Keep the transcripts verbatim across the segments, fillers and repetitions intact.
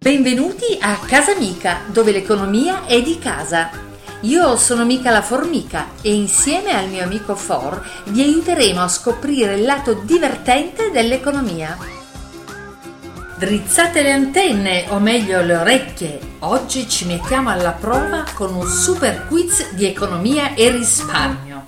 Benvenuti a Casa Mica, dove l'economia è di casa. Io sono Mica la Formica e insieme al mio amico For vi aiuteremo a scoprire il lato divertente dell'economia. Drizzate le antenne, o meglio le orecchie. Oggi ci mettiamo alla prova con un super quiz di economia e risparmio.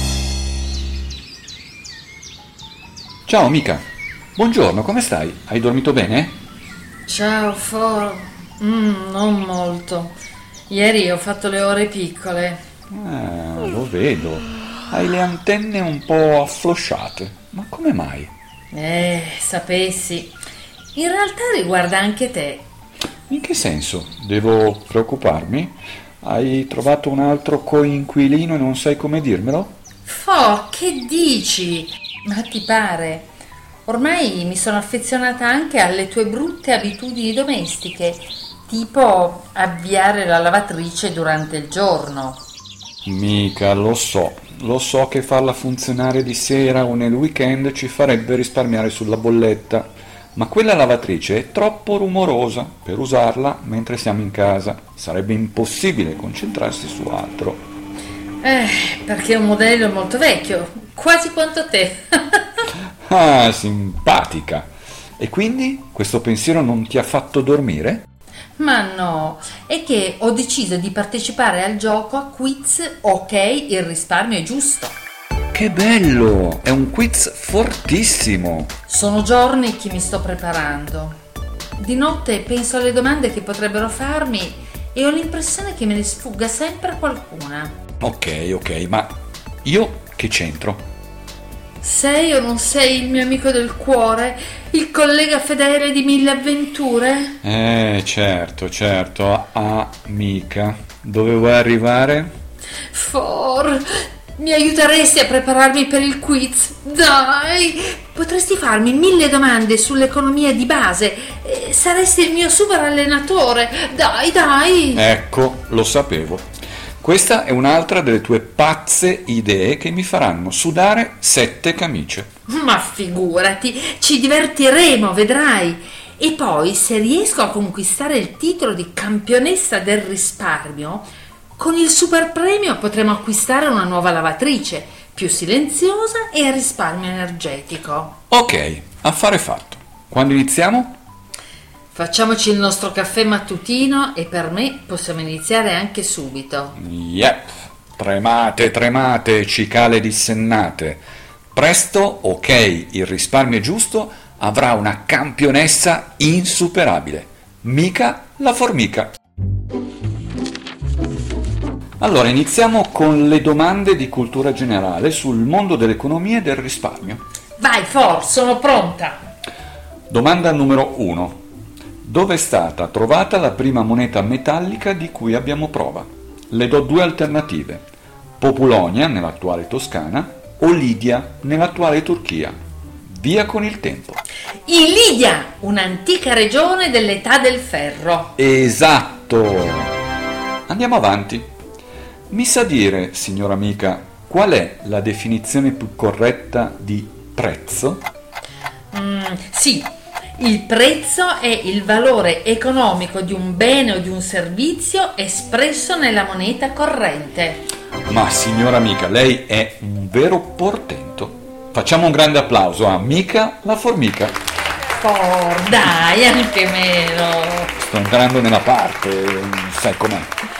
Ciao Mica, buongiorno, come stai? Hai dormito bene? Ciao For, mm, non molto. Ieri ho fatto le ore piccole. Ah, lo vedo. Hai le antenne un po' afflosciate. Ma come mai? Eh, sapessi. In realtà riguarda anche te. In che senso? Devo preoccuparmi? Hai trovato un altro coinquilino e non sai come dirmelo? For, che dici? Ma ti pare? Ormai mi sono affezionata anche alle tue brutte abitudini domestiche, tipo avviare la lavatrice durante il giorno. Mica, lo so. Lo so che farla funzionare di sera o nel weekend ci farebbe risparmiare sulla bolletta, ma quella lavatrice è troppo rumorosa per usarla mentre siamo in casa. Sarebbe impossibile concentrarsi su altro. Eh, perché è un modello molto vecchio, quasi quanto te. Ah, simpatica. E quindi questo pensiero non ti ha fatto dormire? Ma no, è che ho deciso di partecipare al gioco a quiz Ok, il risparmio è giusto. Che bello! È un quiz fortissimo! Sono giorni che mi sto preparando. Di notte penso alle domande che potrebbero farmi e ho l'impressione che me ne sfugga sempre qualcuna. Ok, ok, ma io che c'entro? Sei o non sei il mio amico del cuore? Il collega fedele di mille avventure? Eh, certo, certo. Ah, Mica. Dove vuoi arrivare? For, mi aiuteresti a prepararmi per il quiz? Dai! Potresti farmi mille domande sull'economia di base. Eh, saresti il mio super allenatore. Dai, dai! Ecco, lo sapevo. Questa è un'altra delle tue pazze idee che mi faranno sudare sette camicie. Ma figurati, ci divertiremo, vedrai. E poi, se riesco a conquistare il titolo di campionessa del risparmio, con il super premio potremo acquistare una nuova lavatrice, più silenziosa e a risparmio energetico. Ok, affare fatto. Quando iniziamo? Facciamoci il nostro caffè mattutino e per me possiamo iniziare anche subito. Yep, tremate, tremate, cicale dissennate. Presto, ok, il risparmio è giusto, avrà una campionessa insuperabile. Mica la Formica. Allora, iniziamo con le domande di cultura generale sul mondo dell'economia e del risparmio. Vai, For, sono pronta. Domanda numero uno. Dove è stata trovata la prima moneta metallica di cui abbiamo prova? Le do due alternative: Populonia, nell'attuale Toscana, o Lidia, nell'attuale Turchia. Via con il tempo. In Lidia, un'antica regione dell'età del ferro. Esatto! Andiamo avanti. Mi sa dire, signora amica, qual è la definizione più corretta di prezzo? Mm, sì. Il prezzo è il valore economico di un bene o di un servizio espresso nella moneta corrente. Ma signora amica, lei è un vero portento. Facciamo un grande applauso a Mica la Formica. Oh, dai, anche meno. Sto entrando nella parte, sai com'è.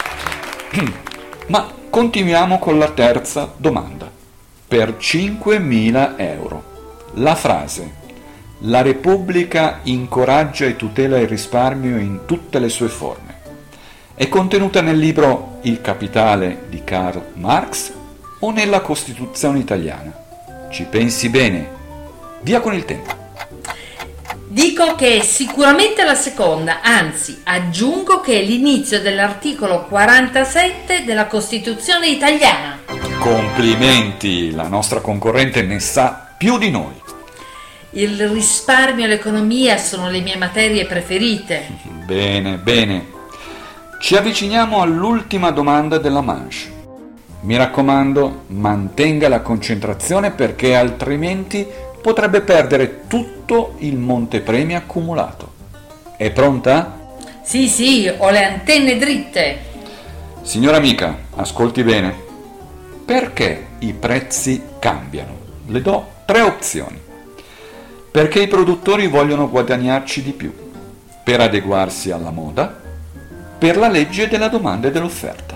Ma continuiamo con la terza domanda. Per cinquemila euro, la frase "La Repubblica incoraggia e tutela il risparmio in tutte le sue forme" è contenuta nel libro Il Capitale di Karl Marx o nella Costituzione italiana? Ci pensi bene. Via con il tempo. Dico che è sicuramente la seconda, anzi aggiungo che è l'inizio dell'articolo quarantasette della Costituzione italiana. Complimenti, la nostra concorrente ne sa più di noi. Il risparmio e l'economia sono le mie materie preferite. Bene, bene. Ci avviciniamo all'ultima domanda della manche. Mi raccomando, mantenga la concentrazione perché altrimenti potrebbe perdere tutto il montepremi accumulato. È pronta? Sì, sì, ho le antenne dritte. Signora amica, ascolti bene. Perché i prezzi cambiano? Le do tre opzioni. Perché i produttori vogliono guadagnarci di più, per adeguarsi alla moda, per la legge della domanda e dell'offerta.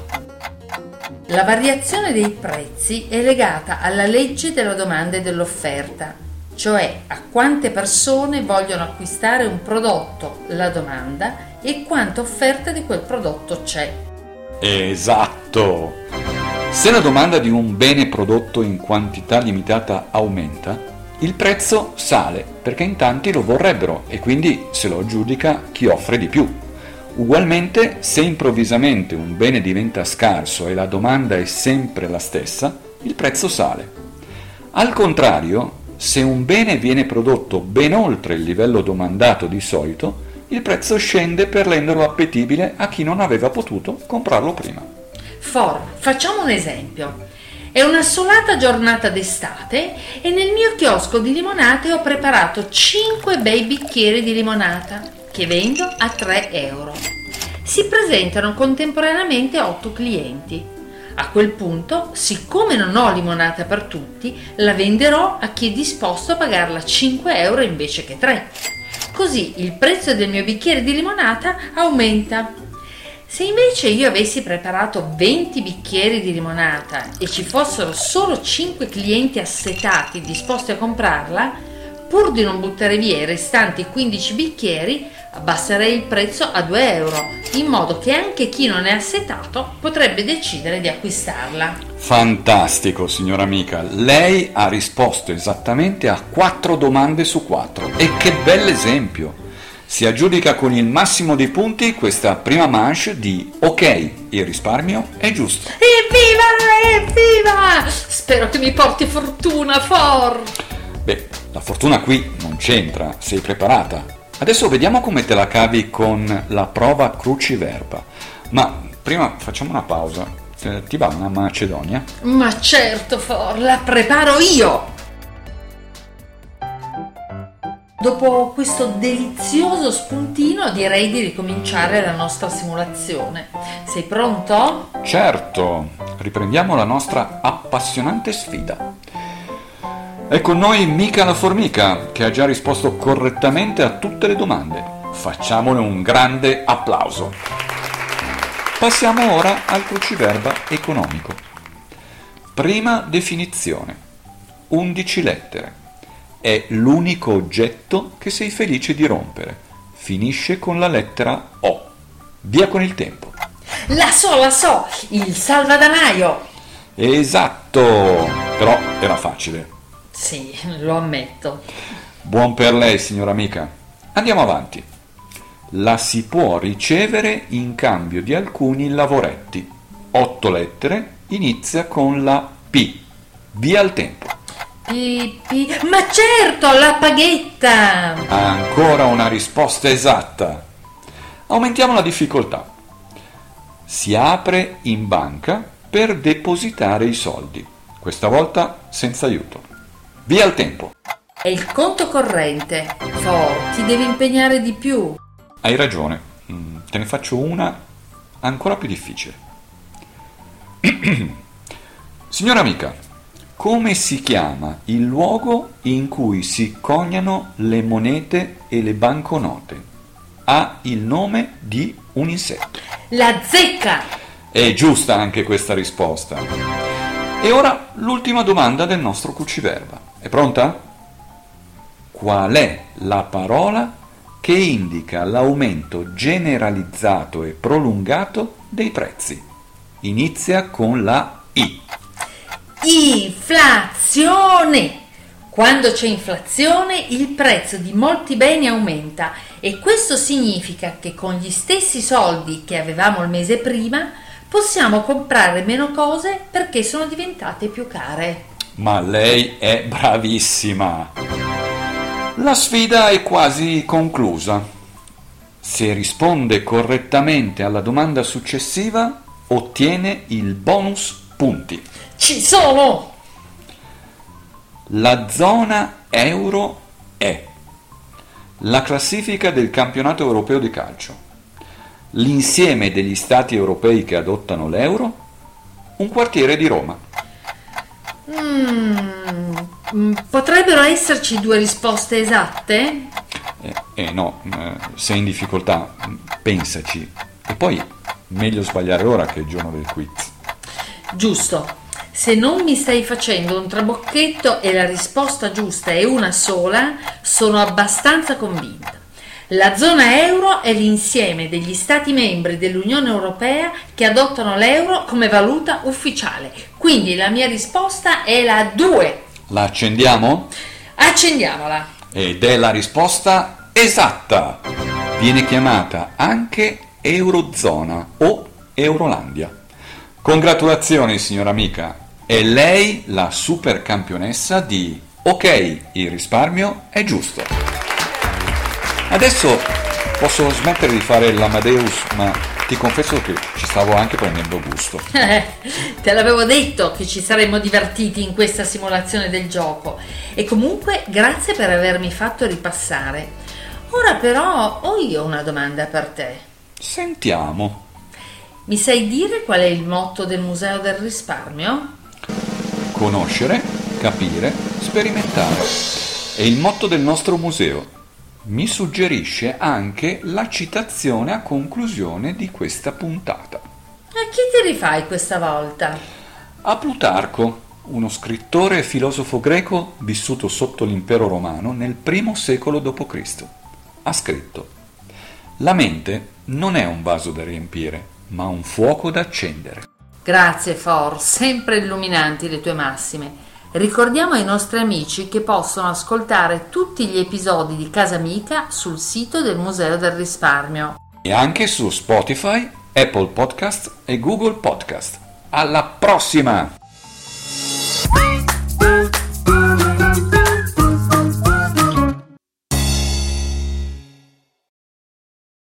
La variazione dei prezzi è legata alla legge della domanda e dell'offerta, cioè a quante persone vogliono acquistare un prodotto, la domanda, e quanta offerta di quel prodotto c'è. Esatto! Se la domanda di un bene prodotto in quantità limitata aumenta, il prezzo sale perché in tanti lo vorrebbero e quindi se lo aggiudica chi offre di più. Ugualmente, se improvvisamente un bene diventa scarso e la domanda è sempre la stessa, il prezzo sale. Al contrario, se un bene viene prodotto ben oltre il livello domandato di solito, il prezzo scende per renderlo appetibile a chi non aveva potuto comprarlo prima. For, facciamo un esempio. È una solata giornata d'estate e nel mio chiosco di limonate ho preparato cinque bei bicchieri di limonata che vendo a tre euro. Si presentano contemporaneamente otto clienti. A quel punto, siccome non ho limonata per tutti, la venderò a chi è disposto a pagarla cinque euro invece che tre. Così il prezzo del mio bicchiere di limonata aumenta. Se invece io avessi preparato venti bicchieri di limonata e ci fossero solo cinque clienti assetati disposti a comprarla, pur di non buttare via i restanti quindici bicchieri, abbasserei il prezzo a due euro, in modo che anche chi non è assetato potrebbe decidere di acquistarla. Fantastico, signora amica. Lei ha risposto esattamente a quattro domande su quattro. E che bell'esempio! Si aggiudica con il massimo dei punti questa prima manche di ok, il risparmio è giusto. Evviva! Evviva! Spero che mi porti fortuna, For! Beh, la fortuna qui non c'entra, sei preparata. Adesso vediamo come te la cavi con la prova cruciverba. Ma prima facciamo una pausa. Eh, ti va una macedonia? Ma certo, For, la preparo io! Dopo questo delizioso spuntino direi di ricominciare la nostra simulazione. Sei pronto? Certo, riprendiamo la nostra appassionante sfida. È con noi Mica la formica, che ha già risposto correttamente a tutte le domande. Facciamole un grande applauso. Passiamo ora al cruciverba economico. Prima definizione. undici lettere. È l'unico oggetto che sei felice di rompere. Finisce con la lettera O. Via con il tempo. La so, la so, il salvadanaio. Esatto, però era facile. Sì, lo ammetto. Buon per lei, signora amica. Andiamo avanti. La si può ricevere in cambio di alcuni lavoretti. Otto lettere, inizia con la P. Via il tempo. Pi, pi. Ma certo, la paghetta! Ancora una risposta esatta. Aumentiamo la difficoltà. Si apre in banca per depositare i soldi. Questa volta senza aiuto. Via il tempo. È il conto corrente. For, ti devi impegnare di più. Hai ragione. Mm, te ne faccio una ancora più difficile. Signora amica, come si chiama il luogo in cui si coniano le monete e le banconote? Ha il nome di un insetto. La zecca! È giusta anche questa risposta. E ora l'ultima domanda del nostro cruciverba. È pronta? Qual è la parola che indica l'aumento generalizzato e prolungato dei prezzi? Inizia con la I. Inflazione! Quando c'è inflazione il prezzo di molti beni aumenta e questo significa che con gli stessi soldi che avevamo il mese prima possiamo comprare meno cose perché sono diventate più care. Ma lei è bravissima! La sfida è quasi conclusa. Se risponde correttamente alla domanda successiva, ottiene il bonus punti. Ci sono! La zona euro è la classifica del campionato europeo di calcio. l'insieme degli stati europei che adottano l'euro, un quartiere di Roma. Mm, potrebbero esserci due risposte esatte? Eh, eh no, eh, sei in difficoltà, pensaci. E poi, meglio sbagliare ora che il giorno del quiz. Giusto. Se non mi stai facendo un trabocchetto e la risposta giusta è una sola, sono abbastanza convinta. La zona euro è l'insieme degli Stati membri dell'Unione Europea che adottano l'euro come valuta ufficiale. Quindi la mia risposta è la due. La accendiamo? Accendiamola. Ed è la risposta esatta. Viene chiamata anche Eurozona o Eurolandia. Congratulazioni, signora amica. È lei la super campionessa di Ok, il risparmio è giusto. Adesso posso smettere di fare l'Amadeus, ma ti confesso che ci stavo anche prendendo gusto. Eh, te l'avevo detto che ci saremmo divertiti in questa simulazione del gioco. E comunque grazie per avermi fatto ripassare. Ora però ho io una domanda per te. Sentiamo. Mi sai dire qual è il motto del Museo del Risparmio? Conoscere, capire, sperimentare. È il motto del nostro museo. Mi suggerisce anche la citazione a conclusione di questa puntata. A chi ti rifai questa volta? A Plutarco, uno scrittore e filosofo greco vissuto sotto l'impero romano nel primo secolo dopo Cristo. Ha scritto: la mente non è un vaso da riempire, ma un fuoco da accendere. Grazie For, sempre illuminanti le tue massime. Ricordiamo ai nostri amici che possono ascoltare tutti gli episodi di Casa Amica sul sito del Museo del Risparmio. E anche su Spotify, Apple Podcast e Google Podcast. Alla prossima!